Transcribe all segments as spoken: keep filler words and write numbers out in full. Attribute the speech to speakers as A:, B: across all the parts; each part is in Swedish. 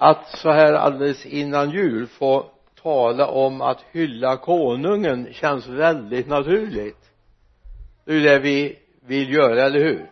A: att så här alldeles innan jul få tala om att hylla konungen känns väldigt naturligt. Det är det vi vill göra, eller hur?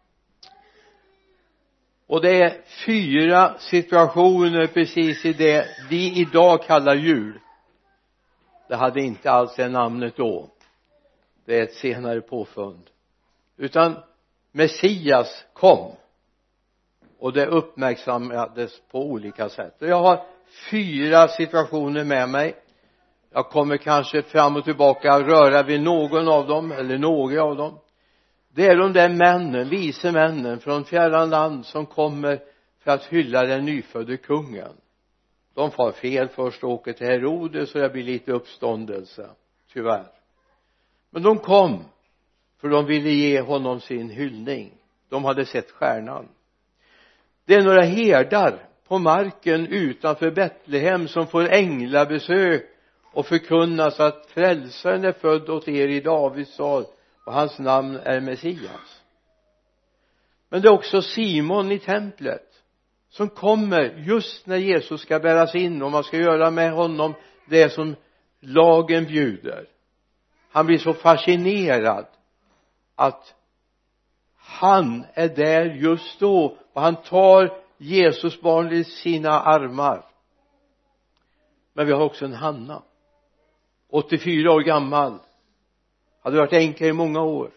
A: Och det är fyra situationer precis i det vi idag kallar jul. Det hade inte alls det namnet då. Det är ett senare påfund. Utan Messias kom. Och det uppmärksammades på olika sätt. Och jag har fyra situationer med mig. Jag kommer kanske fram och tillbaka röra vid någon av dem eller några av dem. Det är de där männen, vise männen från fjärran land som kommer för att hylla den nyfödde kungen. De får fel först och åker till Herodes, så det blir lite uppståndelse, tyvärr. Men de kom för de ville ge honom sin hyllning. De hade sett stjärnan. Det är några herdar på marken utanför Betlehem som får änglabesök och förkunnas att frälsaren är född åt er i Davids stad och hans namn är Messias. Men det är också Simon i templet som kommer just när Jesus ska bäras in och man ska göra med honom det som lagen bjuder. Han blir så fascinerad att han är där just då och han tar Jesus barn i sina armar. Men vi har också en Hanna, åttiofyra år gammal, hade varit änka i många år.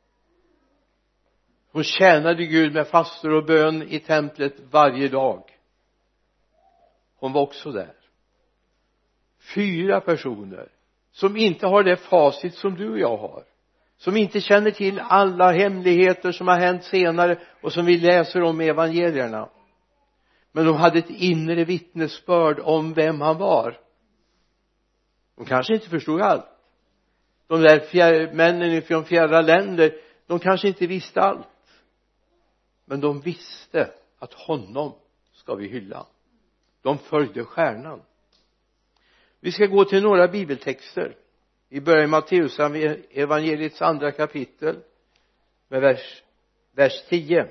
A: Hon tjänade Gud med fastor och bön i templet varje dag. Hon var också där. Fyra personer som inte har det facit som du och jag har. Som inte känner till alla hemligheter som har hänt senare och som vi läser om i evangelierna. Men de hade ett inre vittnesbörd om vem han var. De kanske inte förstod allt. De där fjär, männen från fjärra länder, de kanske inte visste allt. Men de visste att honom ska vi hylla. De följde stjärnan. Vi ska gå till några bibeltexter. Vi börjar i Matteus evangeliets andra kapitel med vers, vers tio.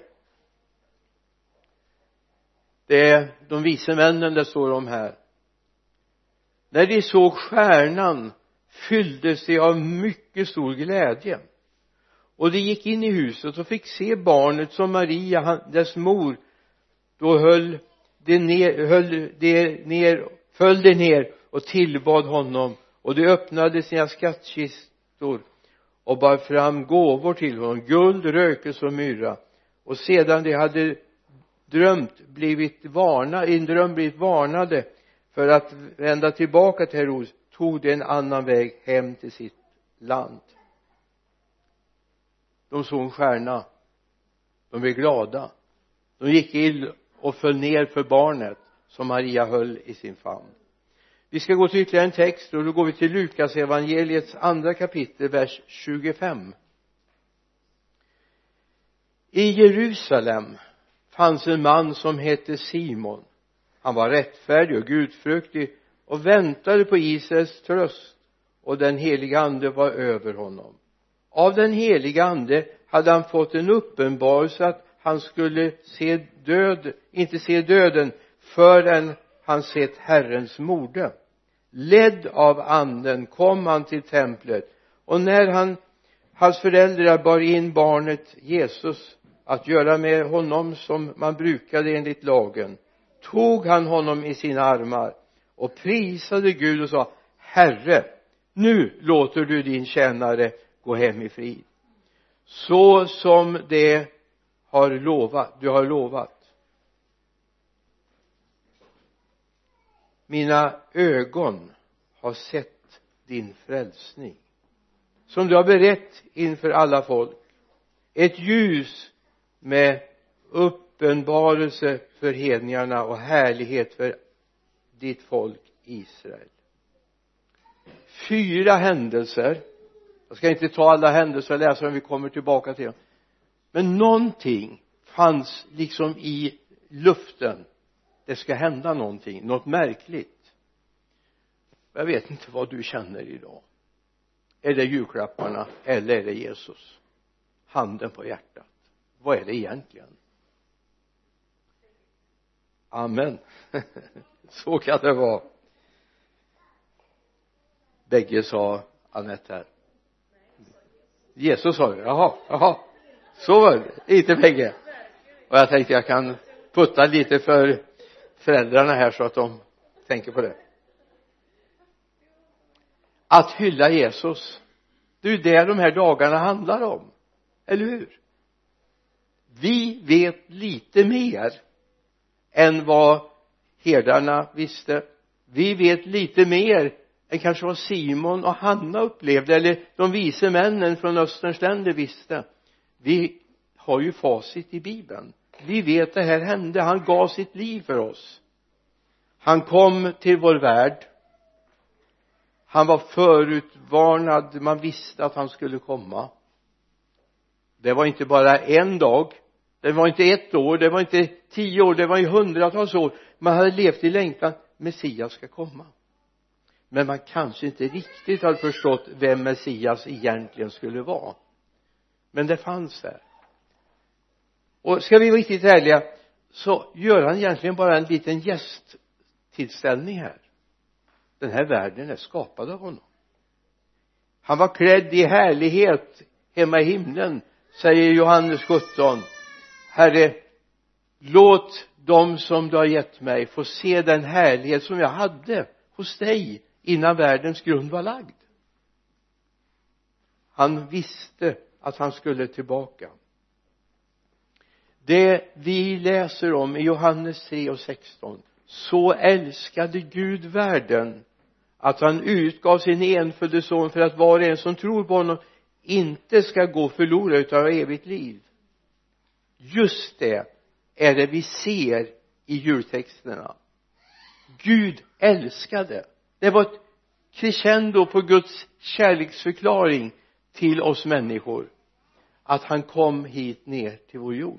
A: Det är de vise männen det står om här. När de såg stjärnan fylldes de av mycket stor glädje. Och de gick in i huset och fick se barnet som Maria, dess mor, då höll de ner, höll de ner, föll de ner och tillbad honom. Och de öppnade sina skattkistor och bar fram gåvor till honom, guld, rökelse och myrra. Och sedan de hade drömt blivit varna, i en dröm blivit varnade för att vända tillbaka till Herodes, tog de en annan väg hem till sitt land. De såg en stjärna. De blev glada. De gick in och föll ner för barnet som Maria höll i sin famn. Vi ska gå till ytterligare en text och då går vi till Lukas evangeliets andra kapitel, vers tjugofem. I Jerusalem fanns en man som hette Simon. Han var rättfärdig och gudfruktig och väntade på Israels tröst, och den heliga ande var över honom. Av den heliga ande hade han fått en uppenbarelse att han skulle se död, inte se döden förrän han sett Herrens mode. Ledd av anden kom han till templet, och när han, hans föräldrar bar in barnet Jesus att göra med honom som man brukade enligt lagen, tog han honom i sina armar och prisade Gud och sa: Herre, nu låter du din tjänare gå hem i frid, så som det har lovat, du har lovat. Mina ögon har sett din frälsning, som du har berett inför alla folk, ett ljus med uppenbarelse för hedningarna och härlighet för ditt folk Israel. Fyra händelser. Jag ska inte ta alla händelser och läsa dem, vi kommer tillbaka till dem. Men någonting fanns liksom i luften. Det ska hända någonting, något märkligt. Jag vet inte vad du känner idag. Är det julklapparna eller är det Jesus? Handen på hjärtat. Vad är det egentligen? Amen. Så kan det vara. Bägge sa Anette här. Jesus sa det. Jaha, jaha. Så var det. Inte bägge. Och jag tänkte jag kan putta lite för föräldrarna här så att de tänker på det. Att hylla Jesus. Det är ju det de här dagarna handlar om. Eller hur? Vi vet lite mer än vad herdarna visste. Vi vet lite mer än kanske vad Simon och Hanna upplevde, eller de vise männen från Österns länder visste. Vi har ju facit i Bibeln. Vi vet det här hände. Han gav sitt liv för oss. Han kom till vår värld. Han var förutvarnad. Man visste att han skulle komma. Det var inte bara en dag. Det var inte ett år. Det var inte tio år. Det var i hundratals år. Man hade levt i längtan. Messias ska komma. Men man kanske inte riktigt hade förstått vem Messias egentligen skulle vara. Men det fanns där. Och ska vi vara riktigt ärliga så gör han egentligen bara en liten gästtillställning här. Den här världen är skapad av honom. Han var klädd i härlighet hemma i himlen, säger Johannes sjutton. Herre, låt dem som du har gett mig få se den härlighet som jag hade hos dig innan världens grund var lagd. Han visste att han skulle tillbaka. Det vi läser om i Johannes tre och sexton. Så älskade Gud världen att han utgav sin enfödde son för att var och en som tror på honom inte ska gå förlorad utan ha evigt liv. Just det är det vi ser i jultexterna. Gud älskade. Det var ett crescendo på Guds kärleksförklaring till oss människor. Att han kom hit ner till vår jord.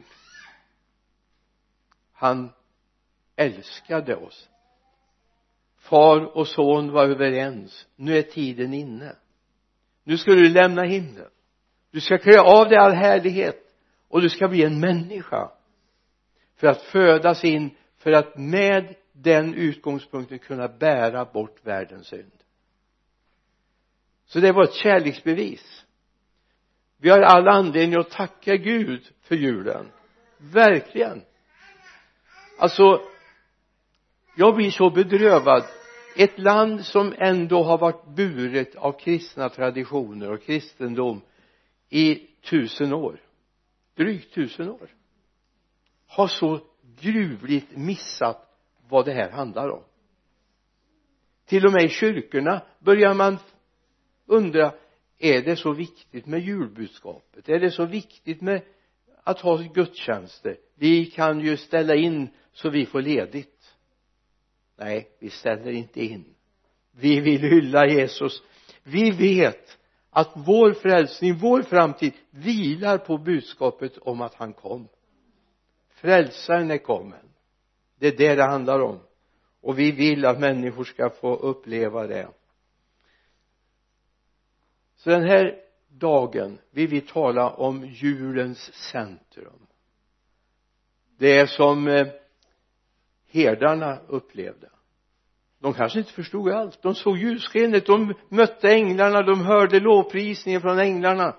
A: Han älskade oss. Far och son var överens. Nu är tiden inne. Nu ska du lämna himlen. Du ska klä av dig all härlighet. Och du ska bli en människa. För att födas in. För att med den utgångspunkten kunna bära bort världens synd. Så det var ett kärleksbevis. Vi har alla anledning att tacka Gud för julen. Verkligen. Alltså, jag blir så bedrövad. Ett land som ändå har varit buret av kristna traditioner och kristendom i tusen år. Drygt tusen år. Har så gruvligt missat vad det här handlar om. Till och med i kyrkorna börjar man undra, är det så viktigt med julbudskapet? Är det så viktigt med att ha gudstjänster? Vi kan ju ställa in så vi får ledigt. Nej, vi ställer inte in. Vi vill hylla Jesus. Vi vet att vår frälsning, vår framtid vilar på budskapet om att han kom. Frälsaren är kommen. Det är det det handlar om. Och vi vill att människor ska få uppleva det. Så den här dagen vill vi tala om julens centrum. Det är som eh, herdarna upplevde. De kanske inte förstod allt. De såg ljusskenet, de mötte änglarna, de hörde lovprisningen från änglarna.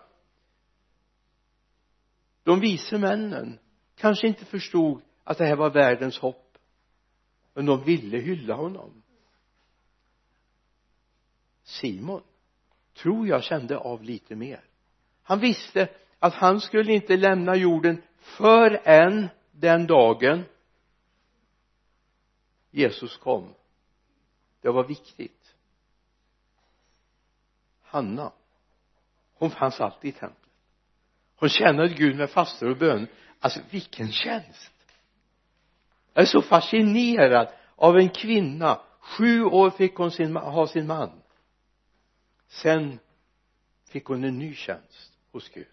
A: De vise männen kanske inte förstod att det här var världens hopp. Men de ville hylla honom. Simon tror jag kände av lite mer. Han visste att han skulle inte lämna jorden förrän den dagen Jesus kom. Det var viktigt. Hanna, hon fanns alltid i templet. Hon tjänade Gud med fastor och bön. Alltså vilken tjänst. Jag är så fascinerad av en kvinna. Sju år fick hon sin, ha sin man. Sen fick hon en ny tjänst hos Gud.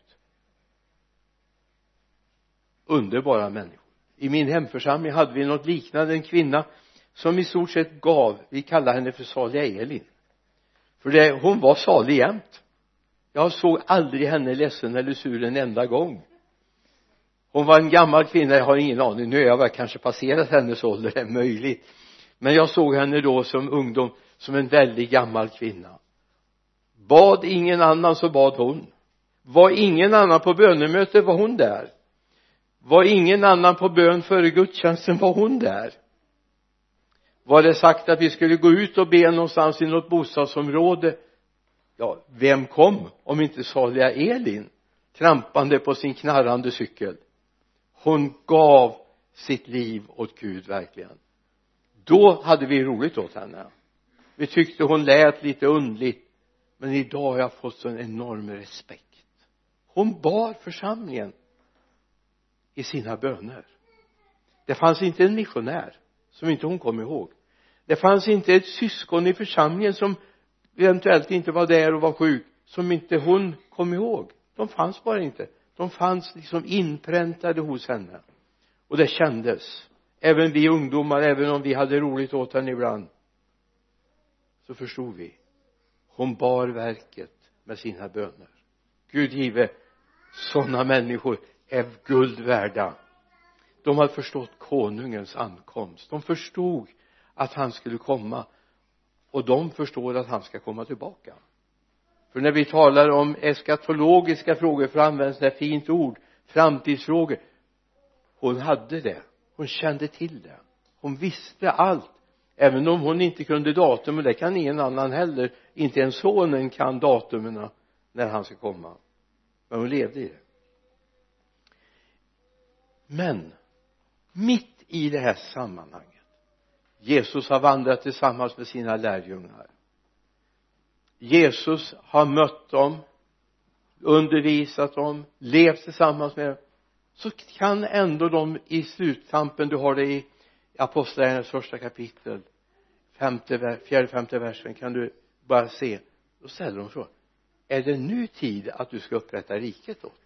A: Underbara människor. I min hemförsamling hade vi något liknande, en kvinna som i stort sett gav, vi kallar henne för salig Elin. För det, hon var salig jämt. Jag såg aldrig henne ledsen eller sur en enda gång. Hon var en gammal kvinna, jag har ingen aning, nu är jag väl kanske passerat hennes ålder, det är möjligt, men jag såg henne då som ungdom som en väldigt gammal kvinna. Bad ingen annan så bad hon. Var ingen annan på bönemöte var hon där. Var ingen annan på bön före gudstjänsten var hon där. Var det sagt att vi skulle gå ut och be någonstans i något bostadsområde, ja, vem kom om inte saliga Elin trampande på sin knarrande cykel. Hon gav sitt liv åt Gud verkligen. Då hade vi roligt åt henne. Vi tyckte hon lät lite undligt, men idag har jag fått så en enorm respekt. Hon bar församlingen i sina böner. Det fanns inte en missionär som inte hon kom ihåg. Det fanns inte ett syskon i församlingen som eventuellt inte var där och var sjuk som inte hon kom ihåg. De fanns bara inte. De fanns liksom inpräntade hos henne. Och det kändes. Även vi ungdomar, även om vi hade roligt åt henne ibland, så förstod vi. Hon bar verket med sina böner. Gud give, sådana människor är guld värda. De hade förstått konungens ankomst. De förstod att han skulle komma. Och de förstår att han ska komma tillbaka. För när vi talar om eskatologiska frågor, för används det fint ord, framtidsfrågor. Hon hade det. Hon kände till det. Hon visste allt. Även om hon inte kunde datum, och det kan ingen annan heller. Inte ens sonen kan datumen när han ska komma. Men hon levde i det. Men mitt i det här sammanhanget, Jesus har vandrat tillsammans med sina lärjungar. Jesus har mött dem, undervisat dem, levt tillsammans med dem. Så kan ändå de i sluttampen, du har det i Apostlagärningarnas första kapitel, femte, fjärde, femte versen, kan du bara se. Då ställer de frågan: är det nu tid att du ska upprätta riket åt?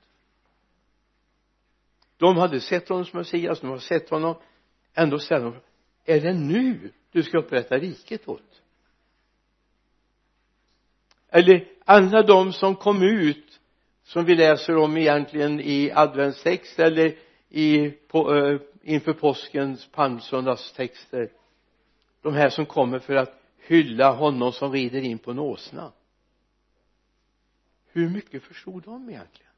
A: De hade sett honom som Messias, de har sett honom. Ändå ställer de frågan: är det nu du ska upprätta riket åt? Eller alla de som kom ut, som vi läser om egentligen i adventstext eller i, på, äh, inför påskens palmsöndagstexter. De här som kommer för att hylla honom som rider in på en åsna. Hur mycket förstod de egentligen?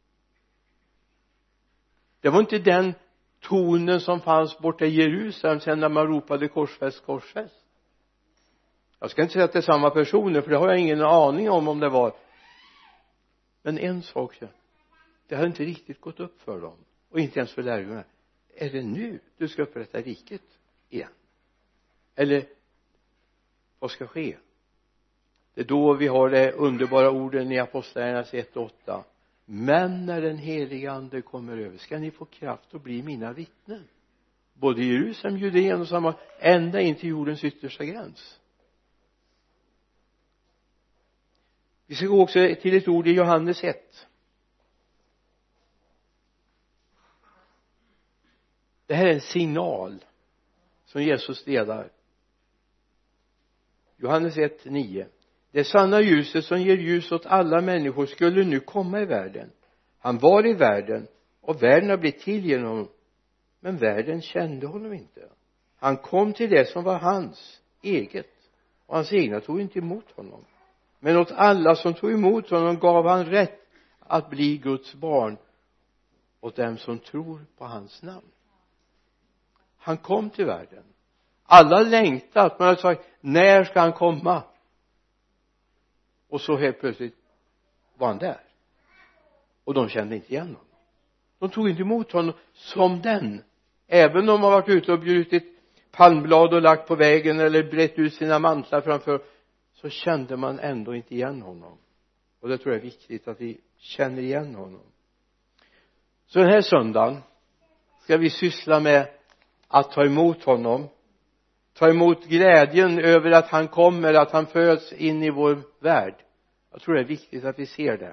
A: Det var inte den tonen som fanns borta i Jerusalem sen när man ropade korsfäst, korsfäst. Jag ska inte säga att det är samma personer, för det har jag ingen aning om om det var. Men en sak, det hade inte riktigt gått upp för dem. Och inte ens för lärjungarna. Är det nu du ska upprätta riket igen? Eller vad ska ske? Det är då vi har det underbara orden i Apostlagärningarna ett och åtta. Men när den heliga ande kommer över ska ni få kraft att bli mina vittnen. Både i Jerusalem, Judeen och samma, ända in till jordens yttersta gräns. Vi ska gå också till ett ord i Johannes ett. Det här är en signal som Jesus delar. Johannes ett, nio. Det sanna ljuset som ger ljus åt alla människor skulle nu komma i världen. Han var i världen och världen har blivit till genom honom. Men världen kände honom inte. Han kom till det som var hans eget. Och hans egna tog inte emot honom. Men åt alla som tog emot honom gav han rätt att bli Guds barn. Åt dem som tror på hans namn. Han kom till världen. Alla längtat. Man har sagt, när ska han komma? Och så helt plötsligt var han där. Och de kände inte igen honom. De tog inte emot honom som den. Även om de har varit ute och brutit palmblad och lagt på vägen eller brett ut sina mantlar framför, så kände man ändå inte igen honom. Och det tror jag är viktigt att vi känner igen honom. Så den här söndagen ska vi syssla med att ta emot honom. Ta emot glädjen över att han kommer, att han föds in i vår värld. Jag tror det är viktigt att vi ser det.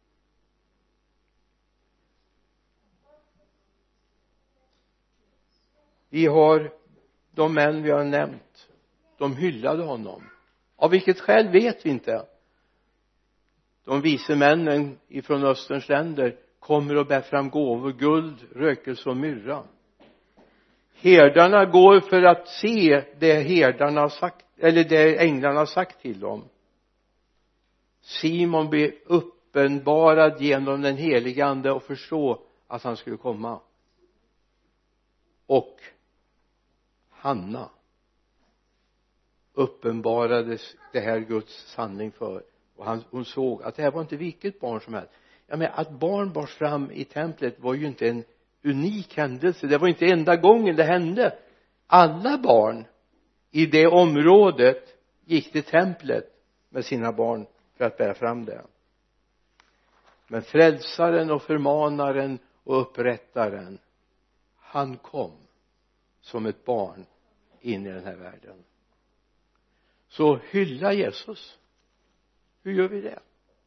A: Vi har de män vi har nämnt. De hyllade honom. Av vilket skäl vet vi inte. De vise männen ifrån Österns länder kommer och bär fram gåvor, guld, rökelse och myrra. Herdarna går för att se det herdarna har sagt, eller det änglarna har sagt till dem. Simon blir uppenbarad genom den helige ande och förstå att han skulle komma. Och Hanna uppenbarades det här Guds sanning för, och han, hon såg att det här var inte vilket barn som helst. Ja, men att barn bars fram i templet var ju inte en unik händelse, det var inte enda gången det hände. Alla barn i det området gick till templet med sina barn för att bära fram det. Men frälsaren och förmanaren och upprättaren, han kom som ett barn in i den här världen. Så hylla Jesus. Hur gör vi det?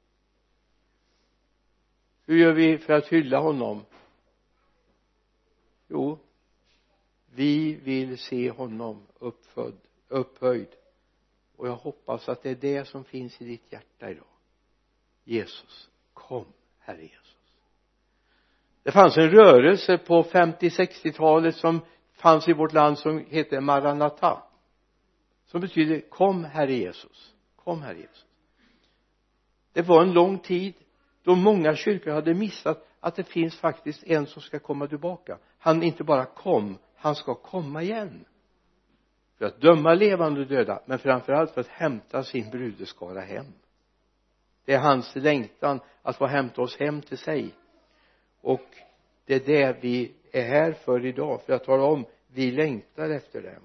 A: Hur gör vi för att hylla honom? Jo, vi vill se honom uppfödd, upphöjd. Och jag hoppas att det är det som finns i ditt hjärta idag. Jesus, kom, Herre Jesus. Det fanns en rörelse på femtio-sextiotalet som fanns i vårt land som heter Maranatha. Som betyder kom, Herre Jesus. Kom, Herre Jesus. Det var en lång tid då många kyrkor hade missat att det finns faktiskt en som ska komma tillbaka. Han inte bara kom, han ska komma igen. För att döma levande och döda, men framförallt för att hämta sin brudeskara hem. Det är hans längtan att få hämta oss hem till sig. Och det är det vi är här för idag, för att tala om, vi längtar efter det.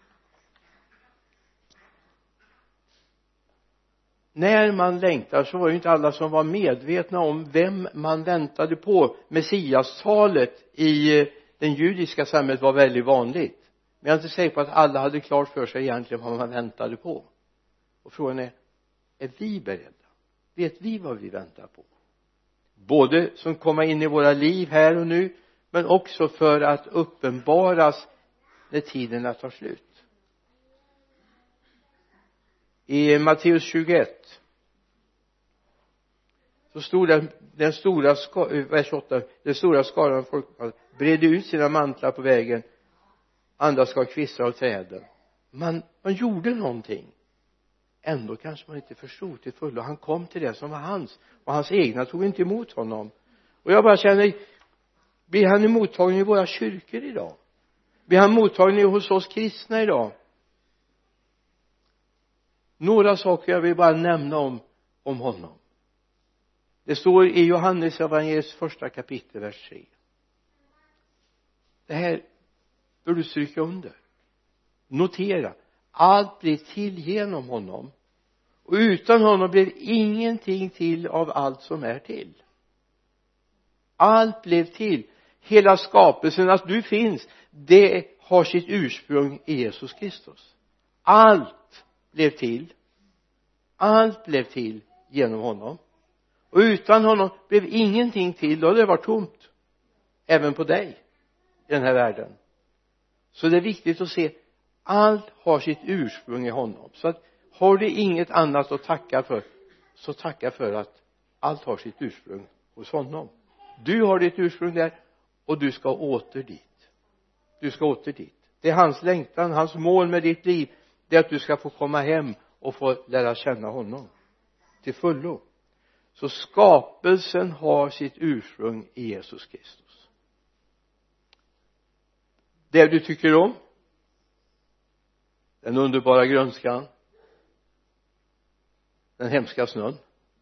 A: När man längtar så var ju inte alla som var medvetna om vem man väntade på. Messias-talet i den judiska samhället var väldigt vanligt. Men jag är inte säker på att alla hade klart för sig egentligen vad man väntade på. Och frågan är, är vi beredda? Vet vi vad vi väntar på? Både som kommer in i våra liv här och nu, men också för att uppenbaras när tiden tar slut. I Matteus tjugoett så stod det, den stora skaran, vers åtta, den stora skaran av folk bredde ut sina mantlar på vägen, andra skar kvistar av träden. Man, man gjorde någonting. Ändå kanske man inte förstod till fullo. Han kom till det som var hans, och hans egna tog inte emot honom. Och jag bara känner, blir han emottagen i våra kyrkor idag? Blir han mottagen hos oss kristna idag? Några saker jag vill bara nämna om, om honom. Det står i Johannes evangeliets första kapitel, vers tre. Det här bör du stryka under. Notera. Allt blir till genom honom. Och utan honom blir ingenting till av allt som är till. Allt blev till. Hela skapelsen, att du finns, det har sitt ursprung i Jesus Kristus. Allt blev till. Allt blev till genom honom. Och utan honom blev ingenting till, och det var tomt. Även på dig i den här världen. Så det är viktigt att se, allt har sitt ursprung i honom. Så att har du inget annat att tacka för, så tacka för att allt har sitt ursprung hos honom. Du har ditt ursprung där, och du ska åter dit. Du ska åter dit. Det är hans längtan, hans mål med ditt liv. Det är att du ska få komma hem och få lära känna honom till fullo. Så skapelsen har sitt ursprung i Jesus Kristus. Det du tycker om, den underbara grönskan, den hemska snön,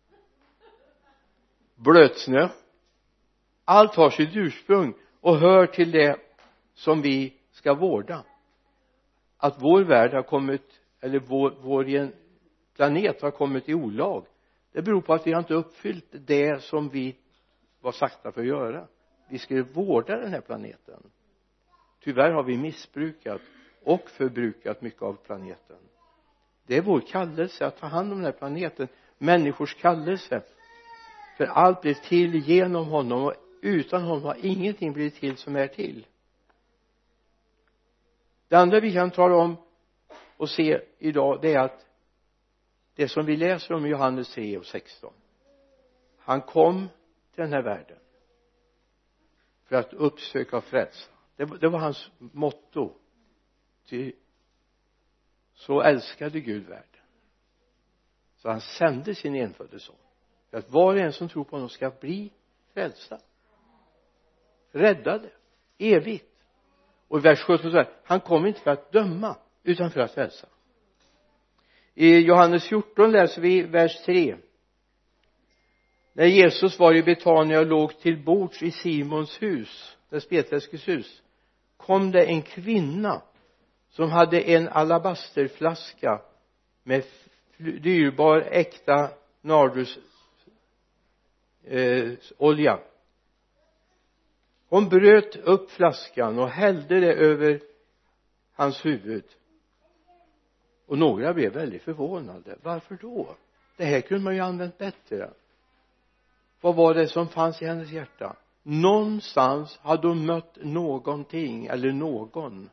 A: blötsnö, allt har sitt ursprung och hör till det som vi ska vårda. Att vår värld har kommit, eller vår, vår planet har kommit i olag, det beror på att vi har inte uppfyllt det som vi var sakta för att göra. Vi skulle vårda den här planeten. Tyvärr har vi missbrukat och förbrukat mycket av planeten. Det är vår kallelse att ta hand om den här planeten. Människors kallelse. För allt blir till genom honom, och utan honom har ingenting blivit till som är till. Det andra vi kan tala om och se idag, det är att det som vi läser om i Johannes tre och sexton. Han kom till den här världen. för att uppsöka och frälsa. Det, det var hans motto. Ty så älskade Gud världen, så han sände sin enfödde son för att var och en som tror på honom ska bli frälsta, räddade evigt. Och i vers sjutton så här, han kom inte för att döma utan för att frälsa. I Johannes fjorton läser vi vers tre. När Jesus var i Betania och låg till bords i Simons hus, där Petrus hus, kom det en kvinna som hade en alabasterflaska med dyrbar äkta nardus eh, olja. Hon bröt upp flaskan och hällde det över hans huvud. Och några blev väldigt förvånade. Varför då? Det här kunde man ju använt bättre. Vad var det som fanns i hennes hjärta? Någonstans hade hon mött någonting eller någon.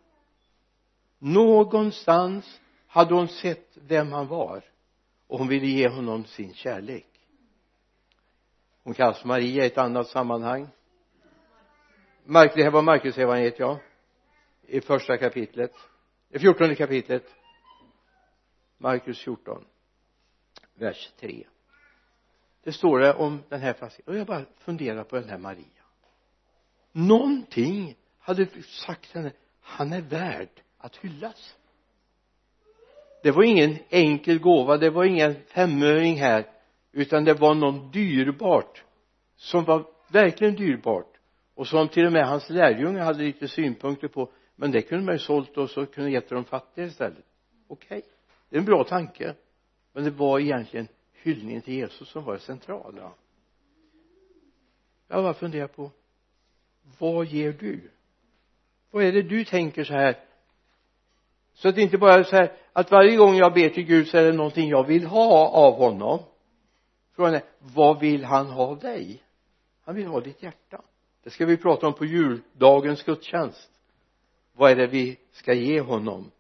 A: Någonstans hade hon sett vem han var. Och hon ville ge honom sin kärlek. Hon kallas Maria i ett annat sammanhang. Mark, det här var Markus evangeliet, ja. I första kapitlet. I fjortonde kapitlet. Markus fjorton. Vers tre. Det står det om den här flaskan. Och jag bara funderar på den här Maria. Någonting hade sagt henne. Han är värd att hyllas. Det var ingen enkel gåva. Det var ingen femöring här. Utan det var något dyrbart. Som var verkligen dyrbart. Och som till och med hans lärjungar hade lite synpunkter på. Men det kunde man ju sålt och så kunde ge till de fattiga istället. Okej. Okay. Det är en bra tanke. Men det var egentligen hyllningen till Jesus som var det centrala. Jag bara funderar på. Vad ger du? Vad är det du tänker så här? Så att det inte bara är så här. Att varje gång jag ber till Gud så är det någonting jag vill ha av honom. Frågan är. Vad vill han ha av dig? Han vill ha ditt hjärta. Det ska vi prata om på juldagens gudstjänst. Vad är det vi ska ge honom?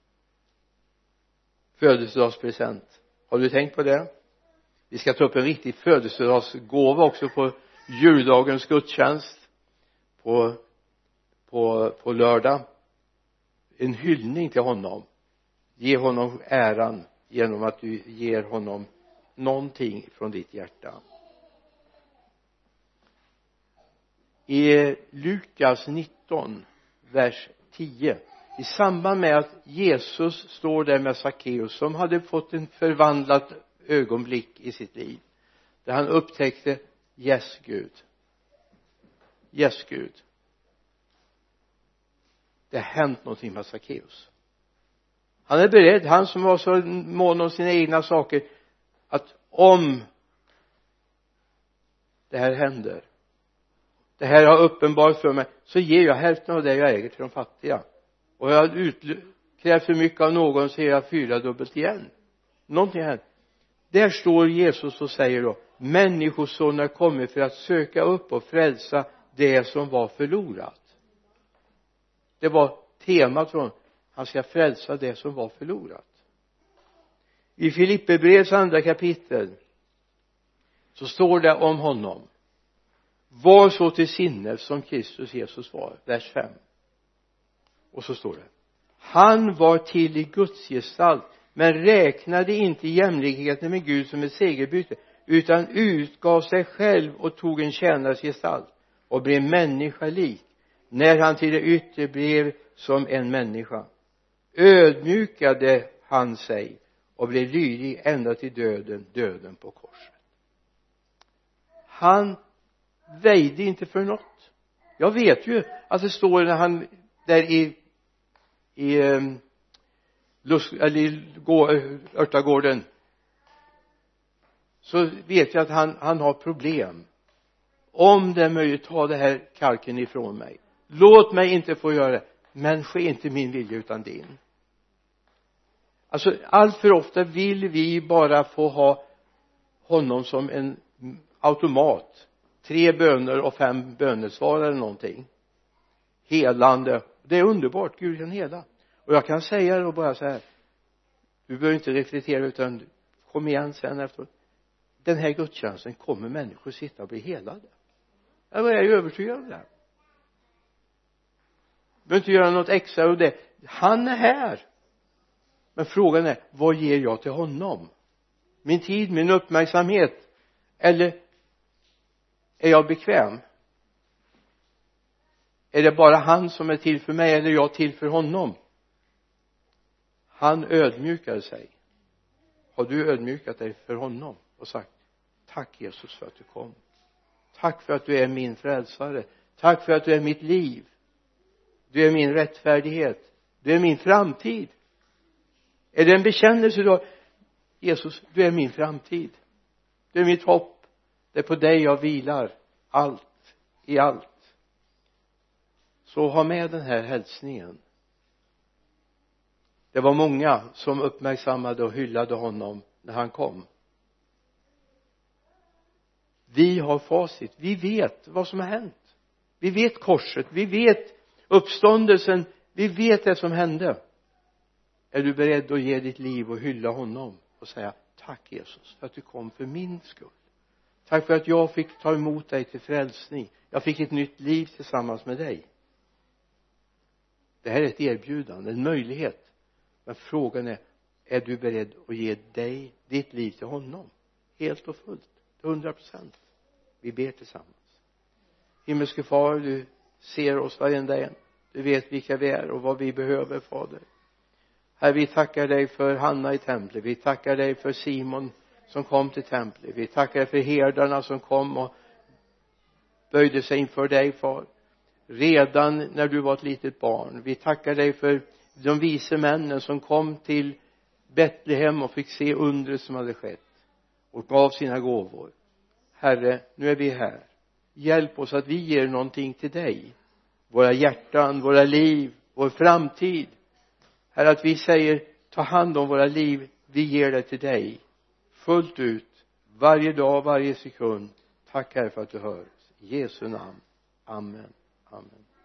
A: Födelsedagspresent. Har du tänkt på det? Vi ska ta upp en riktig födelsedagsgåva också på juldagens gudstjänst. På, på, på lördag. En hyllning till honom. Ge honom äran genom att du ger honom någonting från ditt hjärta. I Lukas nitton, vers tio. I samband med att Jesus står där med Sackeus som hade fått en förvandlat ögonblick i sitt liv. Där han upptäckte, yes Gud. Yes Gud. Det har hänt någonting med Sackeus. Han är beredd, han som var så mån om sina egna saker, att om det här händer, det här har uppenbart för mig, så ger jag hälften av det jag äger till de fattiga. Och jag har utkrävt för mycket av någon, så ger jag fyra dubbelt igen. Någonting här. Där står Jesus och säger då, människosonen kommer för att söka upp och frälsa det som var förlorat. Det var temat från, han ska frälsa det som var förlorat. I Filipperbrevets andra kapitel så står det om honom. Var så till sinnes som Kristus Jesus var. Vers fem. Och så står det. Han var till i Guds gestalt, men räknade inte jämlikheten med Gud som ett segerbyte, utan utgav sig själv och tog en tjänares gestalt och blev människa lik, när han till det yttre blev som en människa. Ödmjukade han sig och blev lydig ända till döden, döden på korset. Han väjde inte för något. Jag vet ju att det står när han där i i um, lust, eller i gå, örtagården, så vet jag att han, han har problem. Om det är möjligt, ta det här kalken ifrån mig. Låt mig inte få göra det, men ske inte min vilja utan din. Alltså allt för ofta vill vi bara få ha honom som en automat. Tre böner och fem bönesvar eller någonting. Helande. Det är underbart, Gud kan hela. Och jag kan säga det bara så här. Du behöver inte reflektera, utan kom igen sen efteråt. Den här gudstjänsten kommer människor sitta och bli helade. Jag är ju övertygad om det. behöver inte göra något extra och det. Han är här. Men frågan är, vad ger jag till honom? Min tid, min uppmärksamhet. Eller är jag bekväm? Är det bara han som är till för mig eller är jag till för honom? Han ödmjukade sig. Har du ödmjukat dig för honom och sagt, tack Jesus för att du kom. Tack för att du är min frälsare. Tack för att du är mitt liv. Du är min rättfärdighet. Du är min framtid. Är det en bekännelse då? Jesus, du är min framtid. Du är mitt hopp. Det är på dig jag vilar. Allt i allt. Så ha med den här hälsningen. Det var många som uppmärksammade och hyllade honom när han kom. Vi har facit. Vi vet vad som har hänt. Vi vet korset. Vi vet uppståndelsen. Vi vet det som hände. Är du beredd att ge ditt liv och hylla honom och säga, tack Jesus för att du kom för min skull. Tack för att jag fick ta emot dig till frälsning. Jag fick ett nytt liv tillsammans med dig. Det här är ett erbjudande, en möjlighet. Men frågan är, är du beredd att ge dig, ditt liv till honom? Helt och fullt, till hundra procent. Vi ber tillsammans. Himmelske far, du ser oss varenda en. Du vet vilka vi är och vad vi behöver, Fader. Herre, vi tackar dig för Hanna i templet. Vi tackar dig för Simon som kom till templet. Vi tackar dig för herdarna som kom och böjde sig inför dig, far. Redan när du var ett litet barn. Vi tackar dig för de vise männen som kom till Betlehem och fick se undret som hade skett och gav sina gåvor. Herre, nu är vi här. Hjälp oss att vi ger någonting till dig. Våra hjärtan, våra liv, vår framtid. Herre, att vi säger, ta hand om våra liv. Vi ger det till dig. Fullt ut. Varje dag, varje sekund. Tack Herre för att du hör oss. I Jesu namn. Amen. Amen.